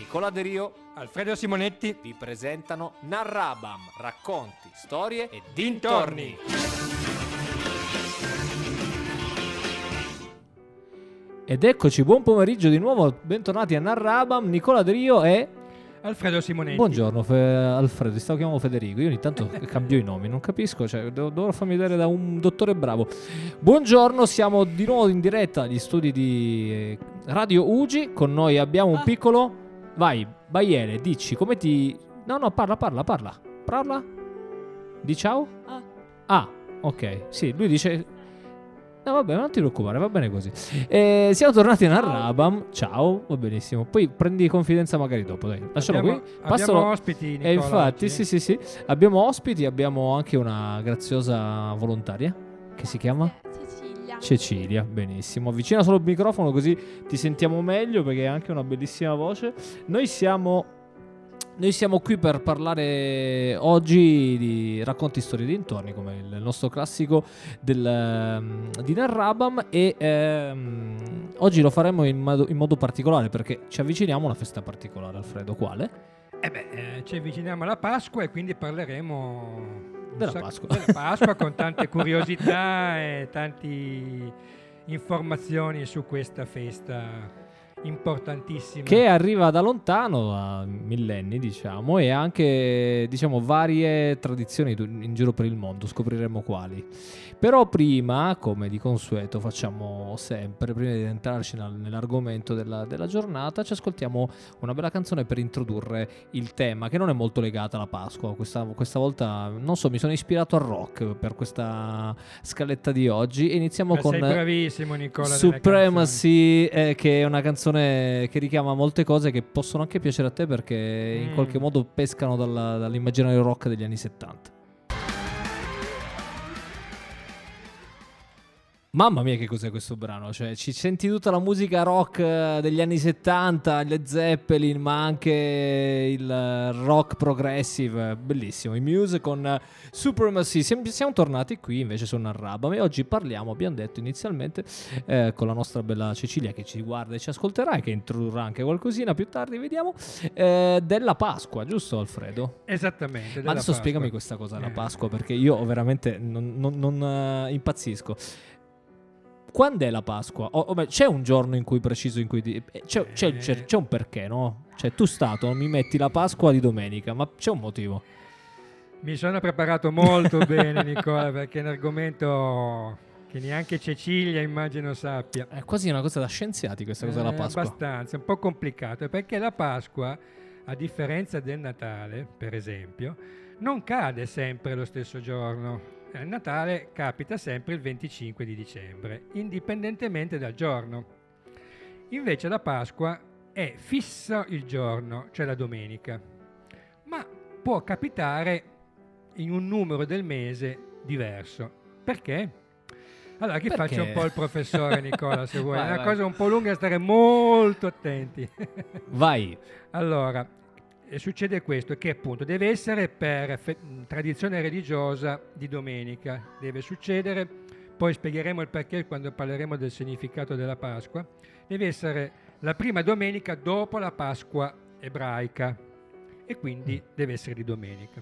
Nicola De Rio, Alfredo Simonetti vi presentano Narrabam, racconti, storie e dintorni. Ed eccoci, buon pomeriggio di nuovo, bentornati a Narrabam, Nicola De Rio e... Alfredo Simonetti. Buongiorno Alfredo, ti stavo chiamando Federico, io ogni tanto cambio i nomi, non capisco, cioè dovrò farmi vedere da un dottore bravo. Buongiorno, siamo di nuovo in diretta agli studi di Radio Ugi, con noi abbiamo un piccolo... Vai, Baiele, dici, come ti... No, parla. Di ciao? Ah, ok, sì, lui dice... No, vabbè, non ti preoccupare, va bene così. Siamo tornati a Narrabam. Ciao, va benissimo. Poi prendi confidenza magari dopo, dai. Lascialo qui. Abbiamo ospiti, Nicola, infatti, oggi. sì. Abbiamo ospiti, abbiamo anche una graziosa volontaria che si chiama Cecilia, benissimo. Avvicina solo il microfono così ti sentiamo meglio, perché hai anche una bellissima voce. Noi siamo qui per parlare oggi di racconti, storie e dintorni, come il nostro classico di Narrabam, e oggi lo faremo in modo particolare perché ci avviciniamo a una festa particolare. Alfredo, quale? Ci avviciniamo alla Pasqua e quindi parleremo della Pasqua con tante curiosità e tante informazioni su questa festa importantissima, che arriva da lontano, da millenni, diciamo, e anche, diciamo, varie tradizioni in giro per il mondo. Scopriremo quali. Però prima, come di consueto facciamo sempre, prima di entrarci nell'argomento della giornata, ci ascoltiamo una bella canzone per introdurre il tema, che non è molto legata alla Pasqua. Questa volta, non so, mi sono ispirato al rock per questa scaletta di oggi, e iniziamo con sei bravissimo, Nicola, Supremacy, che è una canzone che richiama molte cose che possono anche piacere a te, perché in qualche modo pescano dall'immaginario rock degli anni 70. Mamma mia, che cos'è questo brano? Cioè, ci senti tutta la musica rock degli anni 70, Led Zeppelin, ma anche il rock progressive, bellissimo. I Muse con Supremacy. Siamo tornati qui invece su Narrabam, e oggi parliamo, abbiamo detto inizialmente, con la nostra bella Cecilia, che ci guarda e ci ascolterà e che introdurrà anche qualcosina più tardi, vediamo, della Pasqua, giusto Alfredo? Esattamente. Ma adesso spiegami questa cosa della Pasqua, perché io veramente non impazzisco. Quando è la Pasqua? C'è un giorno in cui preciso in cui c'è un perché, no? Cioè, tu mi metti la Pasqua di domenica, ma c'è un motivo? Mi sono preparato molto bene, Nicola, perché è un argomento che neanche Cecilia immagino sappia. È quasi una cosa da scienziati questa cosa della Pasqua. Abbastanza, un po' complicato, perché la Pasqua, a differenza del Natale, per esempio, non cade sempre lo stesso giorno. Il Natale capita sempre il 25 di dicembre, indipendentemente dal giorno. Invece la Pasqua è fisso il giorno, cioè la domenica, ma può capitare in un numero del mese diverso. Perché? Allora, Perché? Faccio un po' il professore, Nicola, se vuoi. È una cosa un po' lunga, stare molto attenti. Vai. Allora, succede questo, che appunto deve essere per tradizione religiosa di domenica, deve succedere, poi spiegheremo il perché quando parleremo del significato della Pasqua, deve essere la prima domenica dopo la Pasqua ebraica, e quindi deve essere di domenica.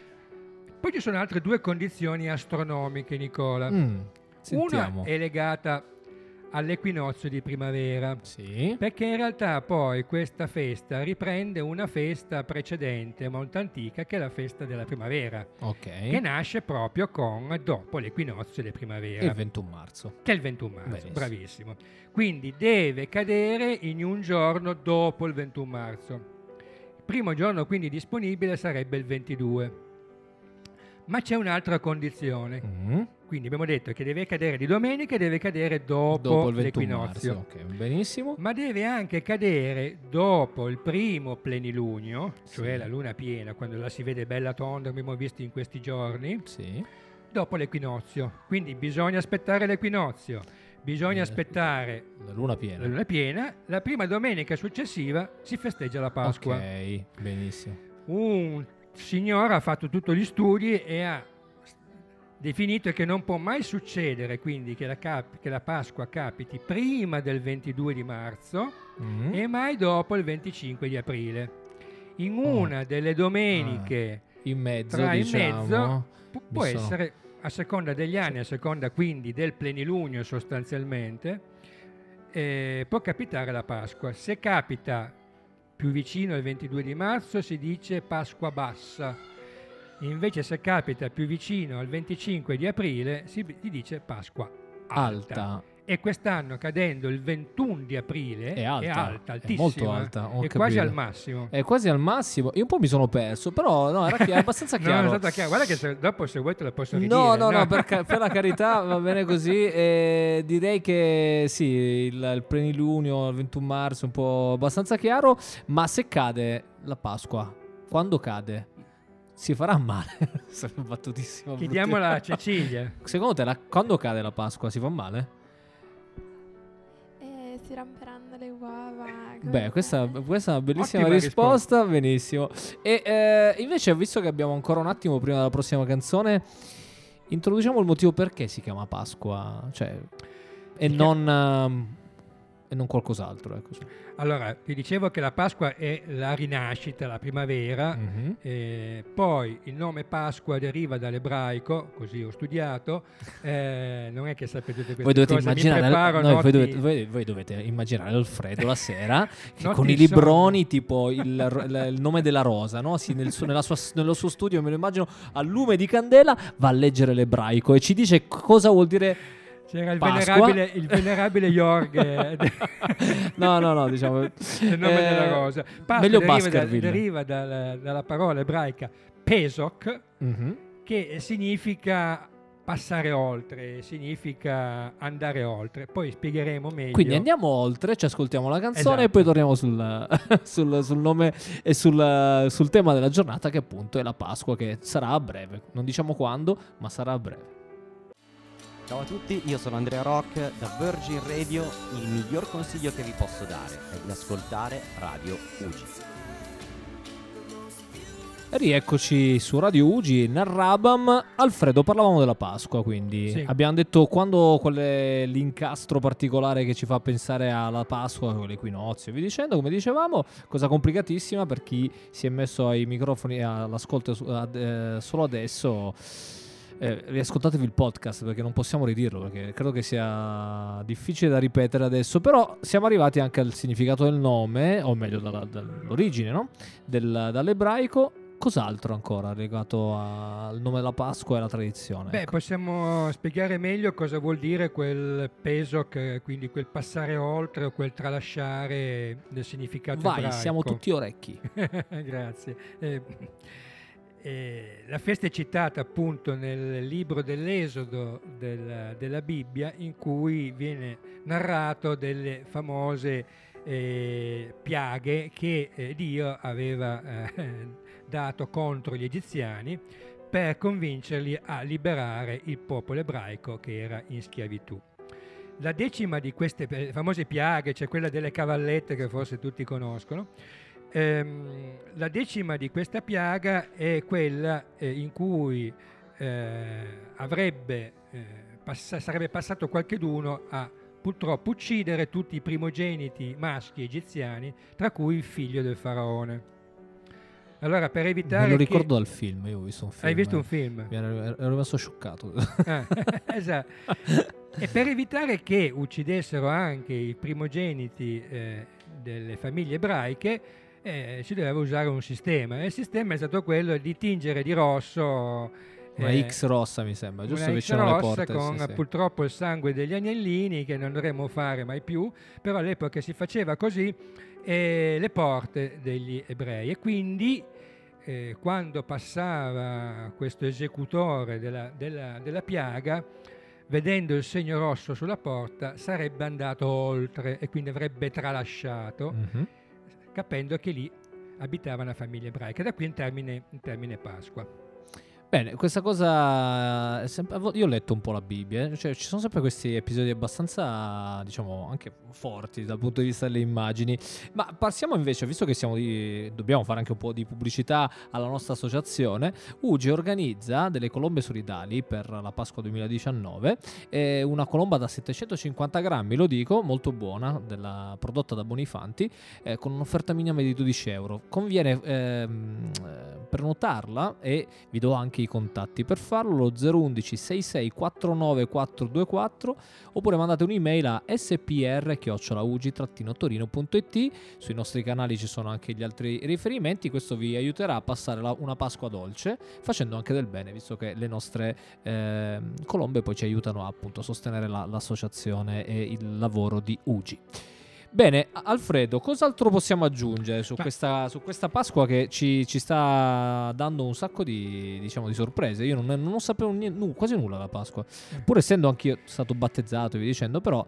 Poi ci sono altre due condizioni astronomiche, Nicola. Sentiamo. Una è legata all'equinozio di primavera, sì, perché in realtà poi questa festa riprende una festa precedente molto antica, che è la festa della primavera, che nasce proprio dopo l'equinozio di primavera, il 21 marzo, che è il 21 marzo. Benissimo. Bravissimo. Quindi deve cadere in un giorno dopo il 21 marzo. Il primo giorno quindi disponibile sarebbe il 22. Ma c'è un'altra condizione. Quindi abbiamo detto che deve cadere di domenica e deve cadere dopo il 21 l'equinozio. marzo. Ok, benissimo. Ma deve anche cadere dopo il primo plenilunio, cioè la luna piena, quando la si vede bella tonda, abbiamo visto in questi giorni, dopo l'equinozio. Quindi bisogna aspettare l'equinozio, bisogna aspettare la luna piena. La prima domenica successiva si festeggia la Pasqua. Ok, benissimo. Un signore ha fatto tutti gli studi e ha definito che non può mai succedere quindi che la Pasqua capiti prima del 22 di marzo e mai dopo il 25 di aprile. In una delle domeniche in mezzo, in diciamo, mezzo può essere, a seconda degli anni, a seconda quindi del plenilunio sostanzialmente, può capitare la Pasqua. Se capita più vicino al 22 di marzo si dice Pasqua bassa, invece se capita più vicino al 25 di aprile si dice Pasqua alta. E quest'anno, cadendo il 21 di aprile, è alta, altissima, è molto alta, è quasi al massimo. È quasi al massimo. Io un po' mi sono perso, però no, era abbastanza chiaro. No, è stato chiaro. Guarda che dopo se vuoi te la posso ridire. No, per la carità va bene così. Direi che sì, il plenilunio, il 21 marzo è un po' abbastanza chiaro, ma se cade la Pasqua, quando cade? Si farà male? Sarebbe battutissimo. Chiediamola a Cecilia. Secondo te quando cade la Pasqua si fa male? Si romperanno le uova. Beh, questa è una bellissima risposta. Benissimo. E invece, visto che abbiamo ancora un attimo prima della prossima canzone, introduciamo il motivo perché si chiama Pasqua, cioè, e non qualcos'altro, ecco. Allora, ti dicevo che la Pasqua è la rinascita, la primavera, poi il nome Pasqua deriva dall'ebraico, così ho studiato, non è che sapete tutte queste cose, voi dovete immaginare Alfredo la sera con i libroni tipo il nome della rosa, no? Sì, nello suo studio, me lo immagino al lume di candela, va a leggere l'ebraico e ci dice cosa vuol dire. C'era il venerabile Jorg. No, diciamo il nome della rosa. Pasqua deriva dalla parola ebraica pesok, che significa passare oltre, significa andare oltre. Poi spiegheremo meglio. Quindi andiamo oltre, ci ascoltiamo la canzone, esatto, e poi torniamo sul nome e sul tema della giornata, che appunto è la Pasqua, che sarà a breve. Non diciamo quando, ma sarà a breve. Ciao a tutti, io sono Andrea Rock da Virgin Radio. Il miglior consiglio che vi posso dare è di ascoltare Radio Ugi. Rieccoci su Radio Ugi, Narrabam. Alfredo, parlavamo della Pasqua, quindi sì. Abbiamo detto qual è l'incastro particolare che ci fa pensare alla Pasqua, con l'equinozio e via dicendo, come dicevamo, cosa complicatissima per chi si è messo ai microfoni all'ascolto solo adesso. Riascoltatevi il podcast, perché non possiamo ridirlo, perché credo che sia difficile da ripetere adesso, però siamo arrivati anche al significato del nome, o meglio dall'origine, no? Dall'ebraico. Cos'altro ancora legato al nome della Pasqua e alla tradizione? Beh, possiamo spiegare meglio cosa vuol dire quel peso, quindi quel passare oltre o quel tralasciare del significato ebraico. Siamo tutti orecchi. Grazie. La festa è citata appunto nel libro dell'Esodo della Bibbia, in cui viene narrato delle famose piaghe che Dio aveva dato contro gli egiziani per convincerli a liberare il popolo ebraico che era in schiavitù. La decima di queste famose piaghe, c'è quella delle cavallette che forse tutti conoscono. La decima di questa piaga è quella in cui sarebbe passato qualcheduno a purtroppo uccidere tutti i primogeniti maschi egiziani, tra cui il figlio del faraone. Allora, per evitare me lo ricordo dal film, io ho visto un film. Hai visto un film? Ero rimasto scioccato. Esatto. E per evitare che uccidessero anche i primogeniti delle famiglie ebraiche, si doveva usare un sistema, e il sistema è stato quello di tingere di rosso una X rossa, mi sembra, giusto, una vicino X alle rossa porte, con sì. Purtroppo il sangue degli agnellini, che non dovremmo fare mai più, però all'epoca si faceva così, le porte degli ebrei, e quindi quando passava questo esecutore della piaga, vedendo il segno rosso sulla porta, sarebbe andato oltre e quindi avrebbe tralasciato, capendo che lì abitava una famiglia ebraica. Da qui in termine Pasqua. Bene, questa cosa io ho letto un po' la Bibbia, cioè ci sono sempre questi episodi abbastanza, diciamo, anche forti dal punto di vista delle immagini. Ma passiamo invece, visto che dobbiamo fare anche un po' di pubblicità alla nostra associazione. UGI organizza delle colombe solidali per la Pasqua 2019, una colomba da 750 grammi, lo dico, molto buona, prodotta da Bonifanti, con un'offerta minima di 12 euro. Conviene prenotarla e vi do anche i contatti per farlo, lo 011 66 49 424, oppure mandate un'email a spr@ugi-torino.it. Sui nostri canali ci sono anche gli altri riferimenti. Questo vi aiuterà a passare una Pasqua dolce, facendo anche del bene, visto che le nostre colombe poi ci aiutano appunto a sostenere l'associazione e il lavoro di UGI. Bene, Alfredo, cos'altro possiamo aggiungere su questa Pasqua che ci sta dando un sacco di sorprese? Io non sapevo quasi nulla della Pasqua, pur essendo anch'io stato battezzato e via dicendo, però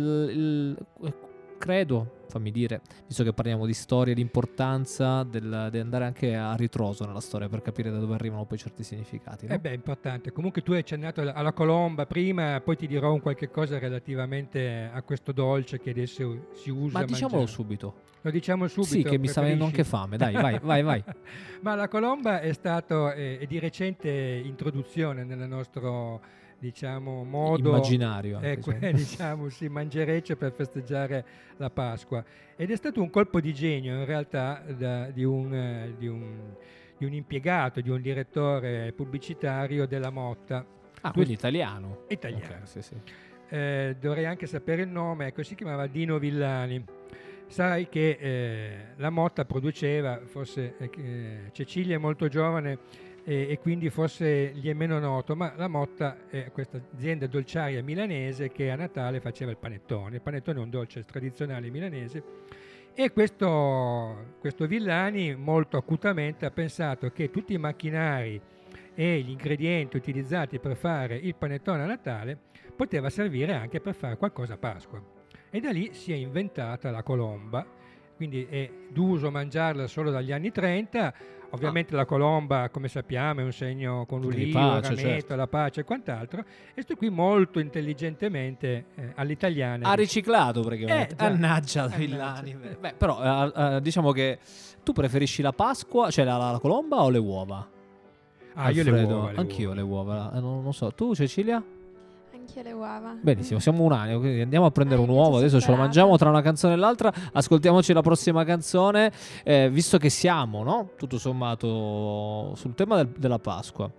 credo, fammi dire, visto che parliamo di storia, l'importanza di andare anche a ritroso nella storia per capire da dove arrivano poi certi significati, no? È importante. Comunque tu hai accennato alla colomba prima, poi ti dirò un qualche cosa relativamente a questo dolce che adesso si usa. Ma diciamolo subito. Lo diciamo subito? Sì, che mi sta venendo anche fame. Dai, vai. Ma la colomba è stato di recente introduzione nel nostro, diciamo, modo immaginario, diciamo, sì, mangereccio per festeggiare la Pasqua, ed è stato un colpo di genio in realtà di un impiegato, di un direttore pubblicitario della Motta. Quindi italiano. Okay, sì. Dovrei anche sapere il nome. Ecco, si chiamava Dino Villani. Sai che la Motta produceva, forse Cecilia è molto giovane e quindi forse gli è meno noto, ma la Motta è questa azienda dolciaria milanese che a Natale faceva il panettone. Il panettone è un dolce tradizionale milanese, e questo Villani molto acutamente ha pensato che tutti i macchinari e gli ingredienti utilizzati per fare il panettone a Natale poteva servire anche per fare qualcosa a Pasqua, e da lì si è inventata la colomba. Quindi è d'uso mangiarla solo dagli anni 30. Ovviamente la colomba, come sappiamo, è un segno con l'ulivo, il rametto, certo, la pace e quant'altro. E sto qui molto intelligentemente all'italiana. Ha riciclato praticamente. Annaggia Villani. Beh, però diciamo che tu preferisci la Pasqua, cioè la colomba o le uova? Io le uova. Anch'io le uova. Non so. Tu, Cecilia? Anche le uova. Benissimo, siamo unanimi, quindi andiamo a prendere un uovo, adesso ce lo mangiamo tra una canzone e l'altra. Ascoltiamoci la prossima canzone, visto che siamo, no? Tutto sommato sul tema della Pasqua.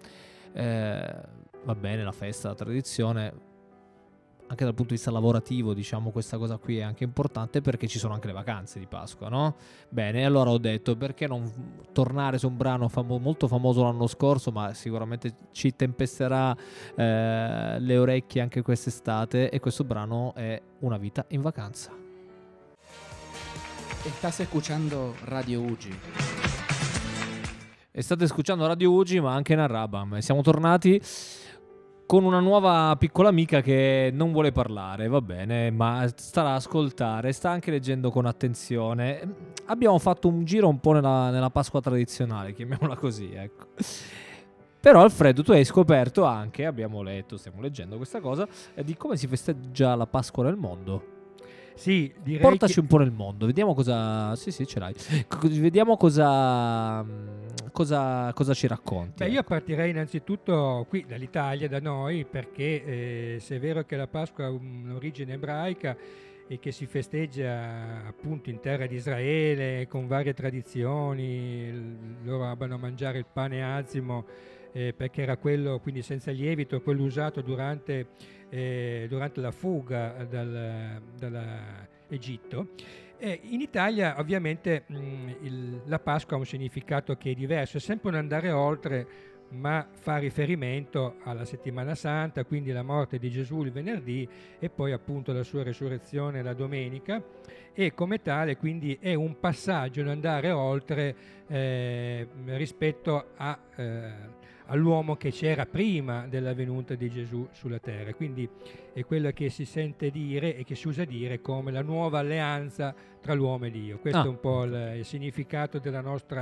Va bene, la festa, la tradizione, anche dal punto di vista lavorativo, diciamo, questa cosa qui è anche importante perché ci sono anche le vacanze di Pasqua, no? Bene, allora ho detto, perché non tornare su un brano molto famoso l'anno scorso, ma sicuramente ci tempesterà le orecchie anche quest'estate, e questo brano è Una vita in vacanza. Estás escuchando Radio UGI. E state ascoltando Radio UGI, ma anche Narrabam. Siamo tornati con una nuova piccola amica che non vuole parlare, va bene, ma starà a ascoltare, sta anche leggendo con attenzione. Abbiamo fatto un giro un po' nella Pasqua tradizionale, chiamiamola così, ecco. Però Alfredo, tu hai scoperto anche, abbiamo letto, stiamo leggendo questa cosa, di come si festeggia la Pasqua nel mondo. Sì, direi. Portaci un po' nel mondo, vediamo cosa. Sì, ce l'hai. Vediamo cosa ci racconti. Io partirei innanzitutto qui dall'Italia, da noi, perché se è vero che la Pasqua ha un'origine ebraica e che si festeggia appunto in terra di Israele con varie tradizioni, loro abbiano a mangiare il pane azimo perché era quello, quindi senza lievito, quello usato durante la fuga dall'Egitto. In Italia ovviamente la Pasqua ha un significato che è diverso, è sempre un andare oltre, ma fa riferimento alla Settimana Santa, quindi la morte di Gesù il venerdì e poi appunto la sua resurrezione la domenica, e come tale quindi è un passaggio, un andare oltre rispetto all'uomo che c'era prima della venuta di Gesù sulla terra. Quindi è quello che si sente dire e che si usa dire come la nuova alleanza tra l'uomo e Dio. Questo è un po' il significato della nostra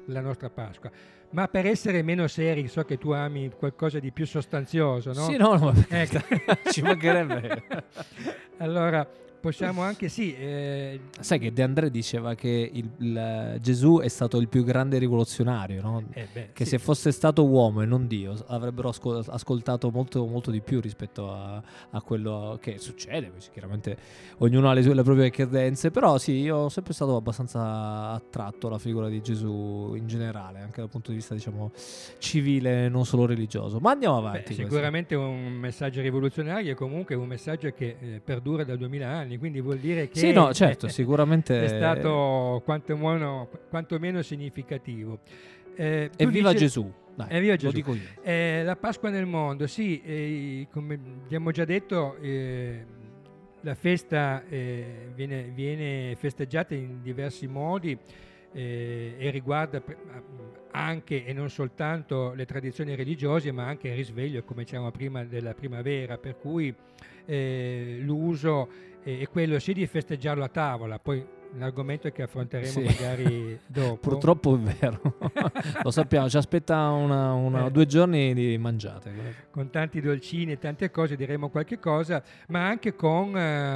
la nostra Pasqua. Ma per essere meno seri, so che tu ami qualcosa di più sostanzioso, no? Sì, no, ma Ecco. ci mancherebbe. Allora, possiamo anche Sai che De André diceva che Gesù è stato il più grande rivoluzionario, no? Che se fosse stato uomo e non Dio avrebbero ascoltato molto, molto di più rispetto a quello che succede. Poi, chiaramente ognuno ha le proprie credenze, però sì, io sono sempre stato abbastanza attratto alla figura di Gesù in generale, anche dal punto di vista, diciamo, civile, non solo religioso. Ma andiamo avanti. Sicuramente un messaggio rivoluzionario e comunque un messaggio che perdura da 2000 anni. Quindi vuol dire che sì, no, certo, sicuramente è stato quantomeno significativo. Evviva Gesù! Dai, evviva Gesù. Lo dico io. La Pasqua nel mondo, sì, come abbiamo già detto, la festa viene festeggiata in diversi modi e riguarda anche e non soltanto le tradizioni religiose, ma anche il risveglio, come dicevamo prima, della primavera, per cui l'uso è quello sì di festeggiarlo a tavola, poi l'argomento che affronteremo magari dopo. Purtroppo è vero, lo sappiamo, ci aspetta 2 giorni di mangiate. Con tanti dolcini e tante cose, diremo qualche cosa, ma anche con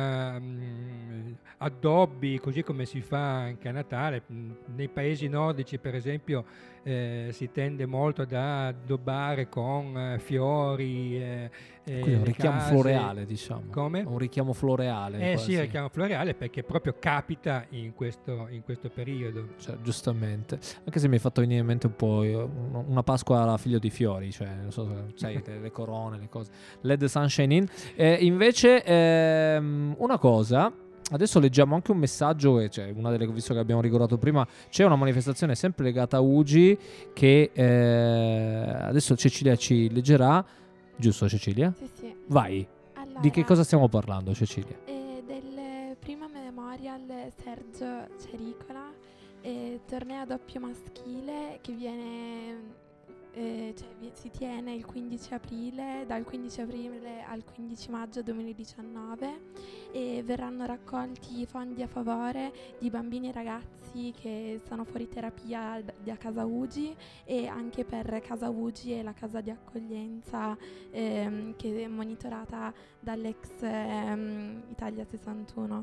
addobbi, così come si fa anche a Natale. Nei paesi nordici, per esempio, si tende molto ad addobbare con fiori. Quindi un richiamo floreale, diciamo. Come? Un richiamo floreale. Sì, richiamo floreale, perché proprio capita in questo periodo. Cioè, giustamente. Anche se mi hai fatto venire in mente un po' una Pasqua alla figlio di fiori, cioè, non so, sai, le corone, le cose. Let the sunshine in. Invece, una cosa. Adesso leggiamo anche un messaggio, cioè una delle, visto che abbiamo ricordato prima, c'è una manifestazione sempre legata a Ugi che adesso Cecilia ci leggerà, giusto Cecilia? Sì. Vai, Allora, di che cosa stiamo parlando Cecilia? Del primo memorial Sergio Cericola, torneo a doppio maschile che viene... si tiene il 15 aprile, dal 15 aprile al 15 maggio 2019 e verranno raccolti fondi a favore di bambini e ragazzi che sono fuori terapia da Casa Ugi e anche per Casa Ugi e la casa di accoglienza che è monitorata dall'ex Italia 61.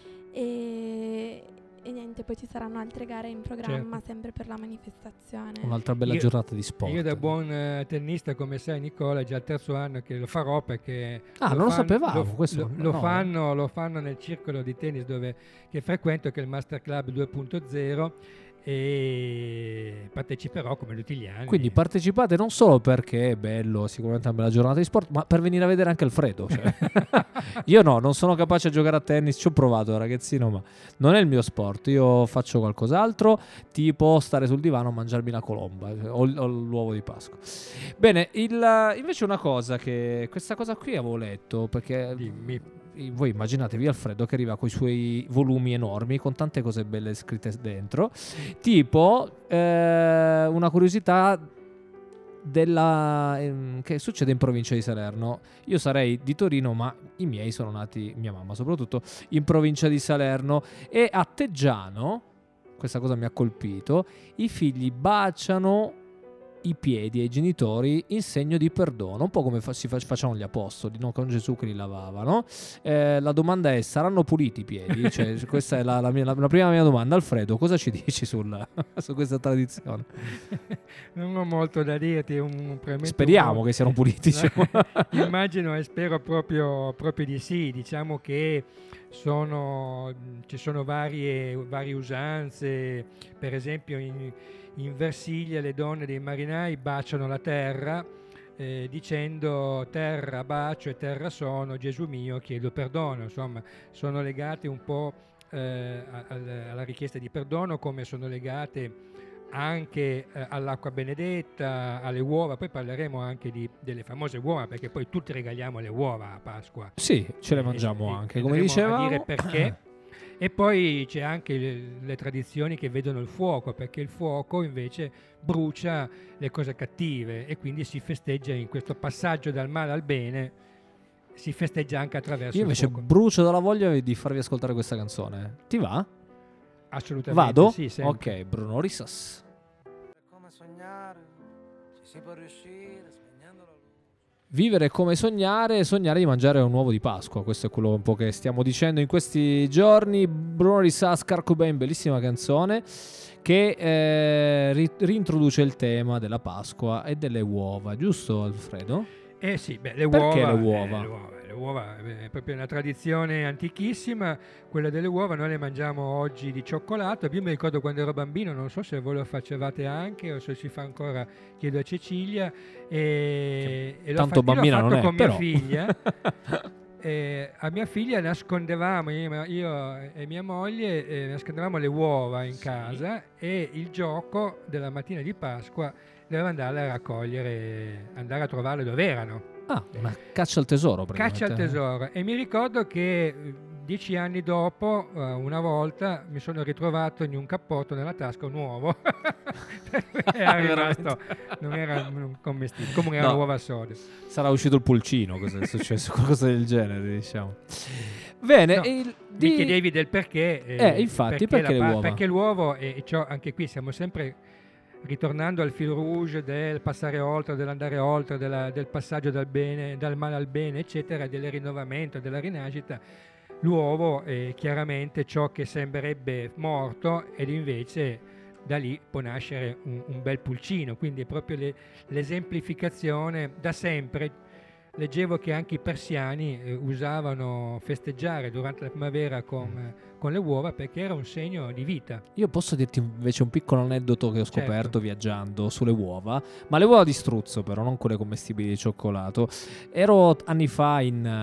E niente, poi ci saranno altre gare in programma, certo, sempre per la manifestazione. Un'altra bella giornata di sport. Io da buon tennista, come sai Nicola, è già il terzo anno che lo farò, perché non lo sapevamo, lo fanno nel circolo di tennis che frequento, che è il Master Club 2.0, e parteciperò come tutti gli anni. Quindi partecipate non solo perché è bello, sicuramente una bella giornata di sport, ma per venire a vedere anche Alfredo, cioè. Io non sono capace a giocare a tennis, ci ho provato ragazzino, ma non è il mio sport. Io faccio qualcos'altro, tipo stare sul divano a mangiarmi la colomba o l'uovo di Pasqua. Bene, invece una cosa questa cosa qui avevo letto, perché voi immaginatevi Alfredo che arriva con i suoi volumi enormi con tante cose belle scritte dentro, tipo una curiosità che succede in provincia di Salerno. Io sarei di Torino, ma i miei sono nati, mia mamma soprattutto, in provincia di Salerno, e a Teggiano, questa cosa mi ha colpito, i figli baciano i piedi ai genitori in segno di perdono, un po' come facevano gli apostoli, no? Con Gesù che li lavavano. La domanda è: saranno puliti i piedi? Cioè, questa è la prima mia domanda. Alfredo, cosa ci dici su questa tradizione? Non ho molto da dirti. Speriamo che siano puliti. Immagino e spero proprio di sì. Diciamo che ci sono varie usanze. Per esempio in Versilia le donne dei marinai baciano la terra dicendo: terra bacio e terra sono, Gesù mio chiedo perdono. Insomma, sono legate un po' alla richiesta di perdono, come sono legate anche all'acqua benedetta, alle uova. Poi parleremo anche delle famose uova, perché poi tutti regaliamo le uova a Pasqua. Sì, ce le mangiamo anche, come dicevamo. A dire perché. E poi c'è anche le tradizioni che vedono il fuoco, perché il fuoco invece brucia le cose cattive, e quindi si festeggia in questo passaggio dal male al bene, si festeggia anche attraverso il fuoco. Io invece brucio dalla voglia di farvi ascoltare questa canzone. Ti va? Assolutamente. Vado? Sì, sempre. Ok, Bruno Risas. sognare, ci si può riuscire spegnendo la luce. Vivere come sognare, sognare di mangiare un uovo di Pasqua. Questo è quello un po' che stiamo dicendo in questi giorni. Bruno Risas, Kurt Cobain, bellissima canzone che reintroduce il tema della Pasqua e delle uova, giusto Alfredo? Sì, le Perché uova. le uova? Le uova è proprio una tradizione antichissima, quella delle uova. Noi le mangiamo oggi di cioccolato. Io mi ricordo quando ero bambino, non so se voi lo facevate anche o se si fa ancora, chiedo a Cecilia. E tanto bambina l'ho fatto non è, con però. mia figlia. A mia figlia nascondevamo, io e mia moglie, nascondevamo le uova in casa, e il gioco della mattina di Pasqua doveva andare a raccogliere, andare a trovarle dove erano. Ah, una caccia al tesoro Caccia al praticamente. tesoro. E mi ricordo che 10 anni dopo, una volta, mi sono ritrovato in un cappotto nella tasca un uovo. Era rimasto, non era commestibile, comunque erano uova sode. Sarà uscito il pulcino, cosa è successo? Qualcosa del genere, diciamo. Bene, No, mi chiedevi del perché. Infatti, perché le uova? Perché l'uovo, e anche qui siamo sempre ritornando al fil rouge del passare oltre, dell'andare oltre, del passaggio dal male al bene, eccetera, del rinnovamento, della rinascita. L'uovo è chiaramente ciò che sembrerebbe morto, ed invece da lì può nascere un bel pulcino. Quindi è proprio l'esemplificazione. Da sempre leggevo che anche i persiani usavano festeggiare durante la primavera con le uova, perché era un segno di vita. Io posso dirti invece un piccolo aneddoto che ho scoperto Certo. viaggiando sulle uova, ma le uova di struzzo però, non quelle commestibili di cioccolato. Ero anni fa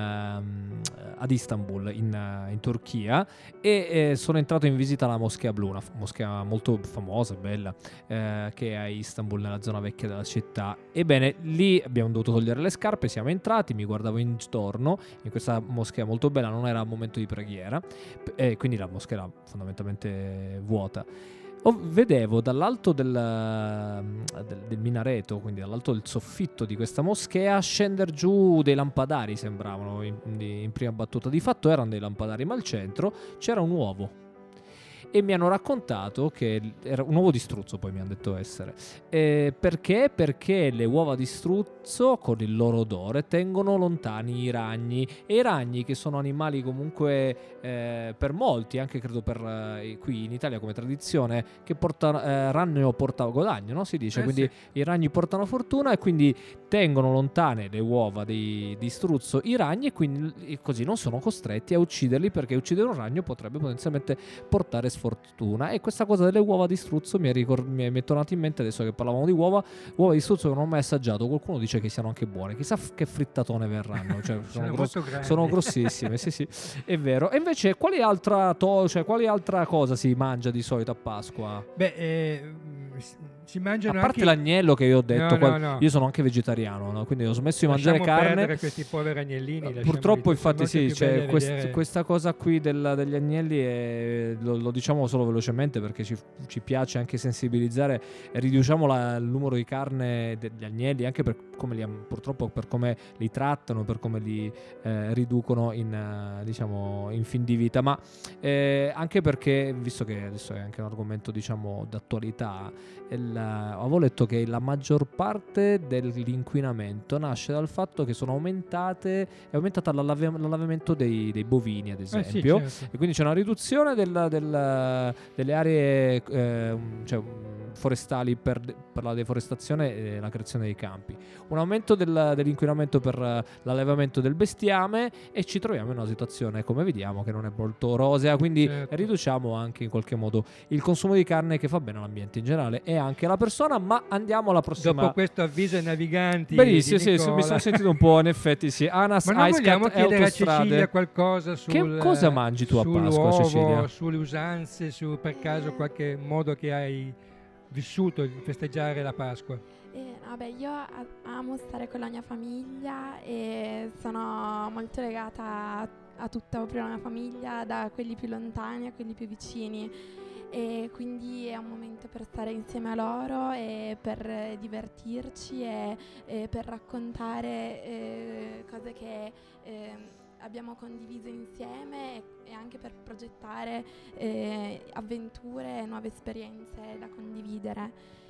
ad Istanbul, in Turchia, e sono entrato in visita alla Moschea Blu, una moschea molto famosa, bella, che è a Istanbul, nella zona vecchia della città. Ebbene, lì abbiamo dovuto togliere le scarpe, siamo entrati, mi guardavo intorno, in questa moschea molto bella, non era momento di preghiera, quindi la moschea era fondamentalmente vuota. Vedevo dall'alto del minareto, quindi dall'alto del soffitto di questa moschea, scendere giù dei lampadari, sembravano in prima battuta. Di fatto erano dei lampadari, ma al centro c'era un uovo. E mi hanno raccontato che era un uovo di struzzo, poi mi hanno detto essere. Perché? Perché le uova di struzzo, con il loro odore, tengono lontani i ragni. E i ragni, che sono animali comunque per molti, anche credo per qui in Italia come tradizione, che ragno porta guadagno, no? Si dice. Quindi Sì. i ragni portano fortuna, e quindi tengono lontane le uova di struzzo i ragni, e quindi così non sono costretti a ucciderli, perché uccidere un ragno potrebbe potenzialmente portare sfortuna. E questa cosa delle uova di struzzo mi è tornato in mente adesso che parlavamo di uova di struzzo che non ho mai assaggiato. Qualcuno dice che siano anche buone, chissà che frittatone verranno, cioè, sono grossissime. sì, è vero. E invece quali altra cosa si mangia di solito a Pasqua? Si mangiano a parte anche l'agnello, che io ho detto, no. io sono anche vegetariano, no? Quindi ho smesso di mangiare carne. Perdere questi poveri agnellini. Purtroppo, infatti, sì, cioè, questa cosa qui degli agnelli lo diciamo solo velocemente, perché ci piace anche sensibilizzare, e riduciamo il numero di carne degli agnelli, anche per come purtroppo per come li trattano, per come li riducono in fin di vita, ma anche perché, visto che adesso è anche un argomento d'attualità, avevo letto che la maggior parte dell'inquinamento nasce dal fatto che è aumentata l'allevamento dei bovini, ad esempio, sì, certo. e quindi c'è una riduzione delle aree forestali per la deforestazione e la creazione dei campi, un aumento dell'inquinamento per l'allevamento del bestiame, e ci troviamo in una situazione, come vediamo, che non è molto rosea. Quindi Certo. riduciamo anche in qualche modo il consumo di carne, che fa bene all'ambiente in generale e anche alla persona. Ma andiamo alla prossima. Dopo questo avviso ai naviganti, Benissimo, di sì, Nicola. mi sono sentito un po', in effetti sì. Anas, Ma non vogliamo Icecat e chiedere a autostrade. Cecilia qualcosa Che cosa mangi tu a Pasqua, sull'uovo, Cecilia? sulle usanze, su per caso qualche modo che hai vissuto di festeggiare la Pasqua? Io amo stare con la mia famiglia e sono molto legata a tutta proprio la mia famiglia, da quelli più lontani a quelli più vicini, e quindi è un momento per stare insieme a loro e per divertirci e per raccontare cose che abbiamo condiviso insieme, e anche per progettare avventure e nuove esperienze da condividere.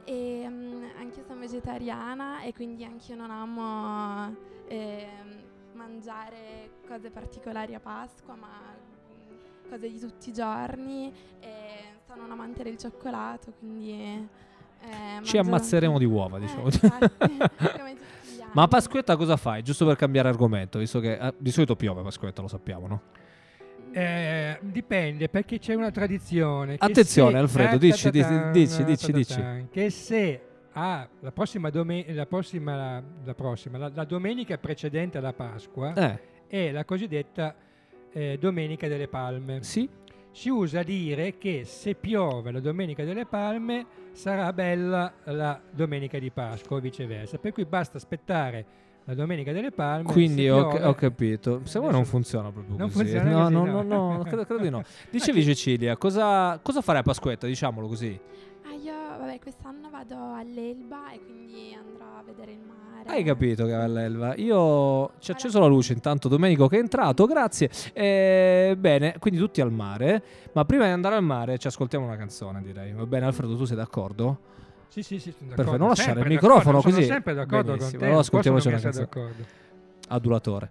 E anche io sono vegetariana e quindi anche io non amo mangiare cose particolari a Pasqua, ma cose di tutti i giorni. E sono un amante del cioccolato, quindi Ci ammazzeremo di uova, diciamo. infatti, come tutti gli anni. Ma a Pasquetta cosa fai? Giusto per cambiare argomento, visto che di solito piove a Pasquetta, lo sappiamo, no? Dipende, perché c'è una tradizione. Che Attenzione, se- Alfredo, dici. Che se la domenica precedente alla Pasqua è la cosiddetta Domenica delle Palme. Sì? Si usa dire che se piove la Domenica delle Palme sarà bella la Domenica di Pasqua o viceversa, per cui basta aspettare la Domenica delle Palme. Quindi se ho piove- capito. Se vuoi non funziona proprio Non così. funziona No, così, no, no. credo di no. Dicevi Cecilia, cosa fare a Pasquetta? Diciamolo così. Io, vabbè, quest'anno vado all'Elba e quindi andrò a vedere il mare. Hai capito che va all'Elba. Io ci ho acceso la luce intanto Domenico che è entrato, grazie. Bene, quindi tutti al mare. Ma prima di andare al mare ci ascoltiamo una canzone, direi. Va bene Alfredo, tu sei d'accordo? Sì, sono d'accordo. Perfetto, non lasciare il Sempre microfono d'accordo, così. Sono sempre d'accordo Benissimo, con te. allora Non posso non ascoltiamoci una essere canzone. d'accordo. Adulatore.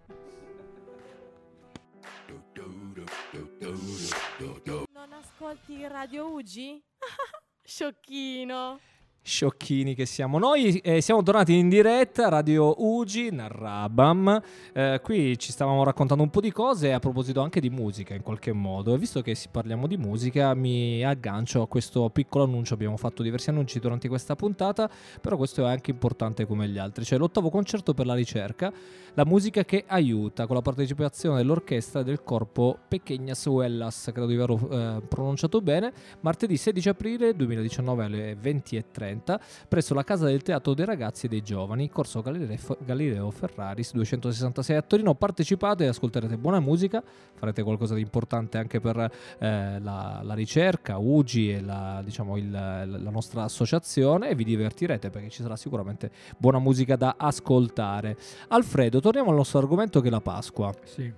Non ascolti Radio Ugi? Sciocchino. Sciocchini che siamo noi, siamo tornati in diretta Radio Ugi Narrabam. Qui ci stavamo raccontando un po' di cose a proposito anche di musica in qualche modo, e visto che parliamo di musica mi aggancio a questo piccolo annuncio. Abbiamo fatto diversi annunci durante questa puntata, però questo è anche importante come gli altri, cioè l'8º concerto per la ricerca, la musica che aiuta, con la partecipazione dell'orchestra del corpo Pequeñas Huellas, credo di averlo pronunciato bene, martedì 16 aprile 2019 alle 20:30 presso la Casa del Teatro dei Ragazzi e dei Giovani, corso Galileo Ferraris 266 a Torino. Partecipate e ascolterete buona musica, farete qualcosa di importante anche per la ricerca UGI e la nostra associazione, e vi divertirete perché ci sarà sicuramente buona musica da ascoltare. Alfredo, torniamo al nostro argomento che è la Pasqua. Sì.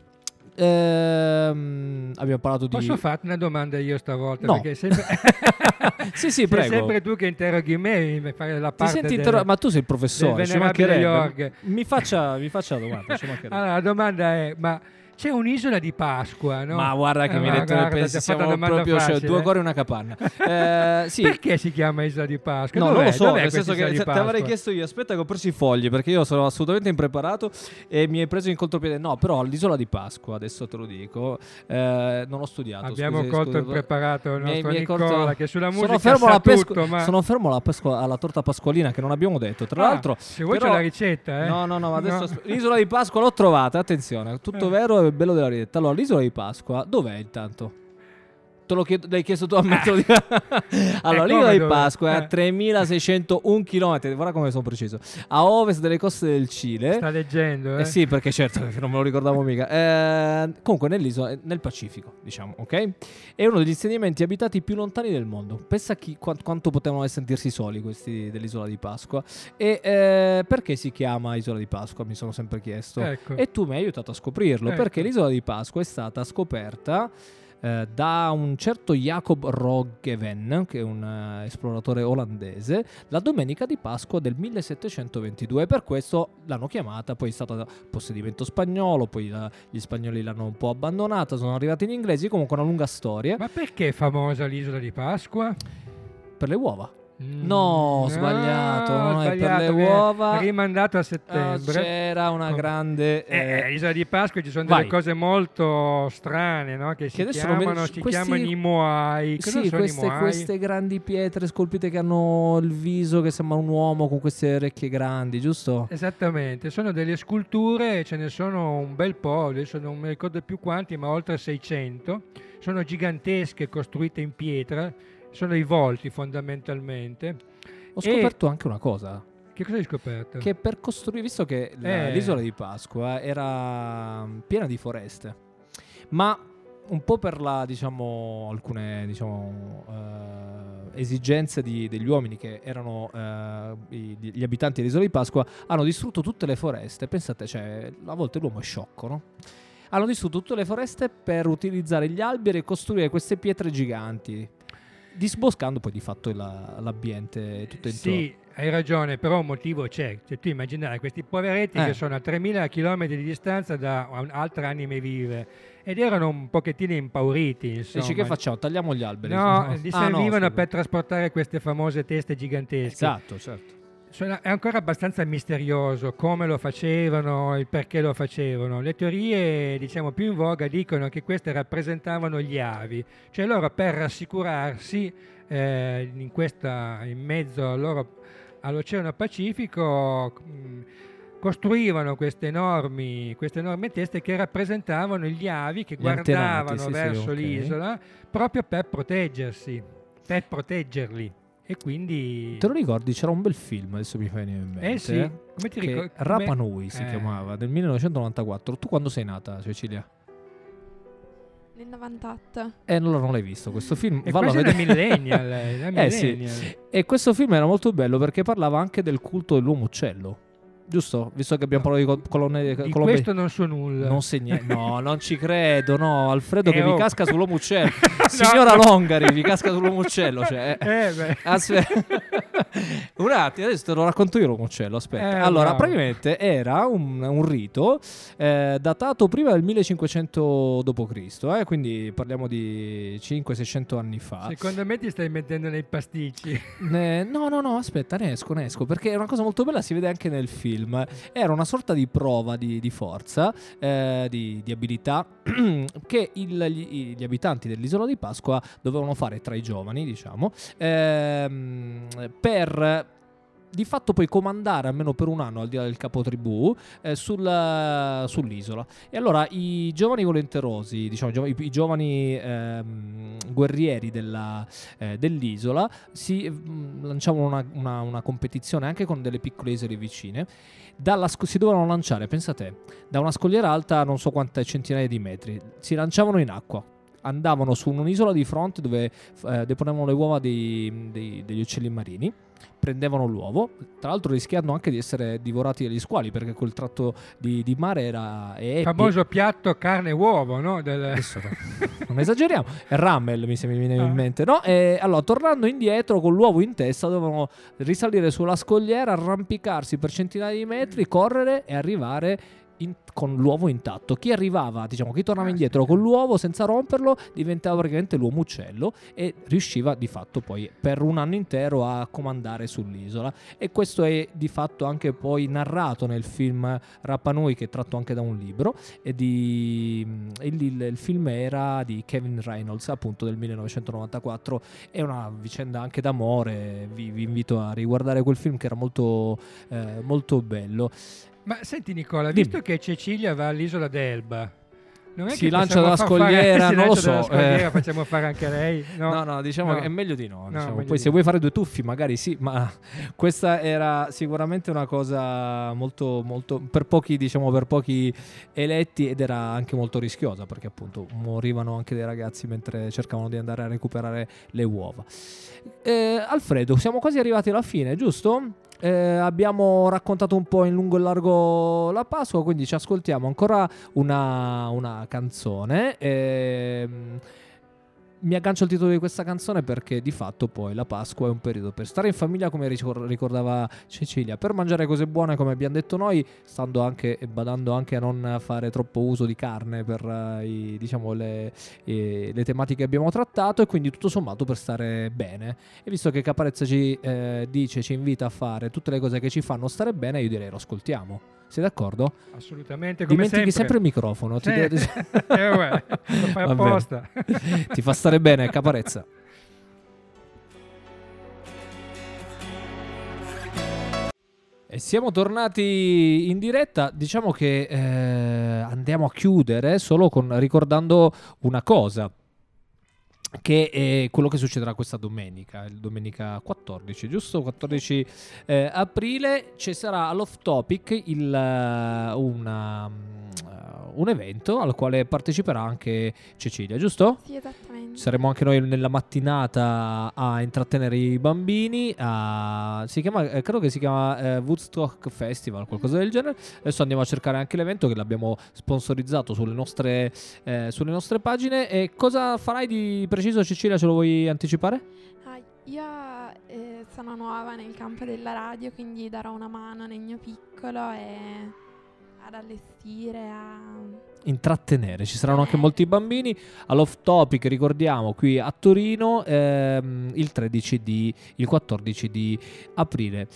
Abbiamo parlato di... Posso farti una domanda io stavolta? No. Perché sempre... sì, sei prego. sempre tu che interroghi me, mi fai la parte ma tu sei il professore, del ci venerabile mancherebbe. Jorg. Mi faccia la domanda, ci mancherebbe. Allora, la domanda è, ma c'è un'isola di Pasqua, no? Ma guarda che mi hai detto che guarda, pensi ti ho fatto siamo una domanda proprio facile, due cuori e una capanna. Sì. Perché si chiama Isola di Pasqua? No, Dov'è? non lo so, Dov'è nel questa senso che Isola di te l'avrei Pasqua? chiesto io. Aspetta che ho preso i fogli perché io sono assolutamente impreparato e mi hai preso in contropiede. No, però l'isola di Pasqua, adesso te lo dico, non ho studiato. Abbiamo scusi, colto scusi. il nostro Mi hai Nicola colto- che sulla Sono musica fermo sa alla tutto, ma... Sono fermo alla torta pasqualina che non abbiamo detto. Tra l'altro, se vuoi però- c'è la ricetta, No, ma adesso No. l'isola di Pasqua l'ho trovata, attenzione, tutto vero e bello della ricetta. Allora, l'isola di Pasqua, dov'è intanto? Te lo chiedo, l'hai chiesto tu a me. Allora, l'isola come di dove? Pasqua è a 3601 km, guarda come sono preciso, a ovest delle coste del Cile. Sta leggendo, Sì, perché certo che non me lo ricordavo mica. Comunque nell'isola, nel Pacifico, diciamo, ok? È uno degli insediamenti abitati più lontani del mondo. Pensa quanto potevano sentirsi soli questi dell'isola di Pasqua. E perché si chiama Isola di Pasqua? Mi sono sempre chiesto. Ecco. E tu mi hai aiutato a scoprirlo, Ecco. perché l'isola di Pasqua è stata scoperta da un certo Jacob Roggeveen, che è un esploratore olandese, la domenica di Pasqua del 1722. Per questo l'hanno chiamata, poi è stata possedimento spagnolo, poi gli spagnoli l'hanno un po' abbandonata, sono arrivati gli inglesi, comunque una lunga storia. Ma perché è famosa l'isola di Pasqua? Per le uova. No, sbagliato, non è per le sbagliato, uova. Rimandato a settembre. C'era una grande L'isola di Pasqua ci sono vai. delle cose molto strane, no? Che si adesso non mi- chiamano, questi- i Moai. Cosa Sì, sono i Moai? queste grandi pietre scolpite che hanno il viso che sembra un uomo con queste orecchie grandi, giusto? Esattamente, sono delle sculture, ce ne sono un bel po', adesso non mi ricordo più quanti, ma oltre 600. Sono gigantesche, costruite in pietra, sono i volti fondamentalmente. Ho scoperto anche una cosa, Che cosa hai scoperto? che per costruire, visto che l'isola di Pasqua era piena di foreste, ma un po' per alcune esigenze degli uomini che erano gli abitanti dell'isola di Pasqua, hanno distrutto tutte le foreste. Pensate, cioè, a volte l'uomo è sciocco, no? Hanno distrutto tutte le foreste per utilizzare gli alberi e costruire queste pietre giganti. disboscando poi di fatto l'ambiente tutto intorno. Sì, hai ragione, però un motivo c'è. Cioè, tu immaginare questi poveretti che sono a 3.000 km di distanza da altre anime vive ed erano un pochettino impauriti, insomma. Dici, che facciamo? Tagliamo gli alberi? No, gli servivano no, per trasportare queste famose teste gigantesche. Esatto, certo. È ancora abbastanza misterioso come lo facevano, il perché lo facevano. Le teorie, diciamo, più in voga dicono che queste rappresentavano gli avi, cioè loro per rassicurarsi in mezzo all'Oceano Pacifico costruivano queste enormi teste che rappresentavano gli avi che guardavano verso l'isola proprio per proteggersi, per proteggerli. E quindi... Te lo ricordi? C'era un bel film, adesso mi fai venire in mente. Sì, come ti ricordi? Rapa Nui si chiamava, del 1994. Tu quando sei nata, Cecilia? Nel 98. Allora non l'hai visto questo film? E quasi una millennial. Sì. E questo film era molto bello perché parlava anche del culto dell'uomo uccello. Giusto? Visto che abbiamo parlato di colonne... Di questo non so nulla. Non sei niente. No, non ci credo. No, Alfredo che mi casca sull'uomo uccello. Signora Longari mi casca sull'uomo uccello. Cioè, aspetta. Un attimo, adesso te lo racconto io l'uomo uccello. Aspetta. Allora, praticamente era un rito datato prima del 1500 d.C., quindi parliamo di 500-600 anni fa. Secondo me ti stai mettendo nei pasticci. No, aspetta, ne esco perché è una cosa molto bella, si vede anche nel film. Era una sorta di prova di forza, di abilità che gli abitanti dell'isola di Pasqua dovevano fare tra i giovani, diciamo, per di fatto poi comandare almeno per un anno, al di là del capotribù, sull'isola. E allora i giovani volenterosi, diciamo i giovani guerrieri dell'isola si lanciavano una competizione anche con delle piccole isole vicine. Si dovevano lanciare, pensa te, da una scogliera alta non so quante centinaia di metri, si lanciavano in acqua, andavano su un'isola di fronte dove deponevano le uova degli uccelli marini, prendevano l'uovo, tra l'altro rischiando anche di essere divorati dagli squali, perché quel tratto di mare era... Il famoso piatto carne e uovo, no? Adesso, non esageriamo, è rammel mi viene in mente, no? E allora, tornando indietro con l'uovo in testa, dovevano risalire sulla scogliera, arrampicarsi per centinaia di metri, correre e arrivare con l'uovo intatto. Chi arrivava, diciamo, chi tornava indietro con l'uovo senza romperlo diventava praticamente l'uomo uccello e riusciva di fatto poi per un anno intero a comandare sull'isola. E questo è di fatto anche poi narrato nel film Rapa Nui, che è tratto anche da un libro, il film era di Kevin Reynolds, appunto del 1994. È una vicenda anche d'amore, vi invito a riguardare quel film che era molto molto bello. Ma senti Nicola, visto che Cecilia va all'isola d'Elba, non è si che lancia dalla scogliera, non lo so. Facciamo fare anche lei? No, diciamo che è meglio di no. Diciamo. Poi se no. vuoi fare due tuffi, magari sì, ma questa era sicuramente una cosa molto, molto per pochi eletti, ed era anche molto rischiosa, perché appunto morivano anche dei ragazzi mentre cercavano di andare a recuperare le uova. Alfredo, siamo quasi arrivati alla fine, giusto? Abbiamo raccontato un po' in lungo e largo la Pasqua, quindi ci ascoltiamo ancora una canzone. Mi aggancio al titolo di questa canzone perché di fatto poi la Pasqua è un periodo per stare in famiglia, come ricordava Cecilia, per mangiare cose buone, come abbiamo detto noi, stando anche e badando anche a non fare troppo uso di carne per le tematiche che abbiamo trattato, e quindi tutto sommato per stare bene. E visto che Caparezza ci invita a fare tutte le cose che ci fanno stare bene, io direi lo ascoltiamo. Sei d'accordo? Assolutamente, come dimentichi sempre il microfono. Sì. Lo fai apposta. Ti fa stare bene, Caparezza. E siamo tornati in diretta. Diciamo che andiamo a chiudere solo ricordando una cosa, che è quello che succederà questa domenica, domenica 14, giusto? 14 aprile ci sarà all'Off Topic un evento al quale parteciperà anche Cecilia, giusto? Sì, esattamente. Saremo anche noi nella mattinata a intrattenere i bambini. Credo che si chiama Woodstock Festival, qualcosa del genere. Adesso andiamo a cercare anche l'evento, che l'abbiamo sponsorizzato sulle nostre pagine. E cosa farai di preciso, Cecilia? Ce lo vuoi anticipare? Io sono nuova nel campo della radio, quindi darò una mano nel mio piccolo e ad allestire, Intrattenere, ci saranno anche molti bambini all'Off Topic, ricordiamo, qui a Torino, il 14 di aprile.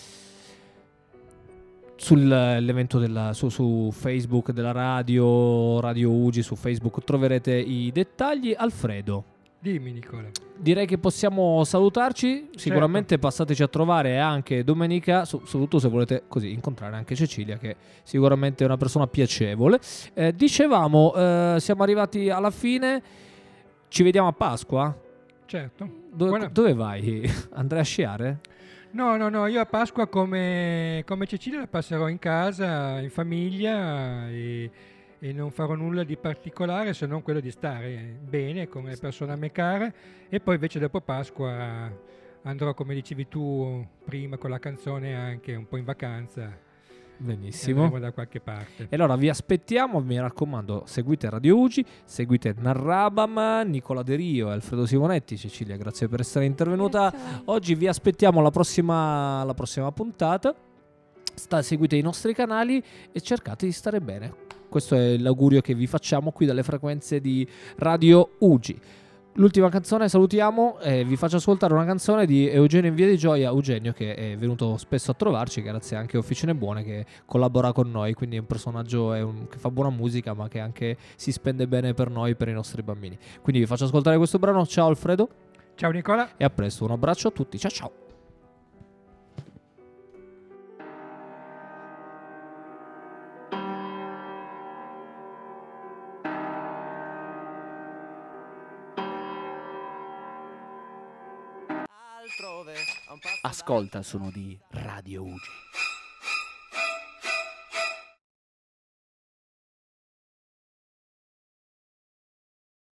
Sull'evento su Facebook della Radio Ugi, su Facebook troverete i dettagli. Alfredo, Dimmi, Nicola. direi che possiamo salutarci. Sicuramente passateci a trovare anche domenica, soprattutto se volete così incontrare anche Cecilia, che sicuramente è una persona piacevole. Dicevamo, siamo arrivati alla fine. Ci vediamo a Pasqua? Certo. Dove vai? Andrai a sciare? No, io a Pasqua come Cecilia la passerò in casa, in famiglia, e non farò nulla di particolare se non quello di stare bene con le persone a me care, e poi invece dopo Pasqua andrò, come dicevi tu prima con la canzone, anche un po' in vacanza. Benissimo. Andremo da qualche parte. E allora vi aspettiamo, mi raccomando, seguite Radio Ugi, seguite Narrabam, Nicola De Rio e Alfredo Simonetti. Cecilia, grazie per essere intervenuta. Oggi vi aspettiamo alla prossima puntata. Seguite i nostri canali e cercate di stare bene. Questo è l'augurio che vi facciamo qui dalle frequenze di Radio Ugi. L'ultima canzone, salutiamo, vi faccio ascoltare una canzone di Eugenio in Via di Gioia. Eugenio, che è venuto spesso a trovarci grazie anche a Officine Buone, che collabora con noi, quindi è un personaggio che fa buona musica, ma che anche si spende bene per noi, per i nostri bambini. Quindi vi faccio ascoltare questo brano. Ciao Alfredo. Ciao Nicola. E a presto, un abbraccio a tutti, ciao ciao. Ascolta il suono di Radio Ugi.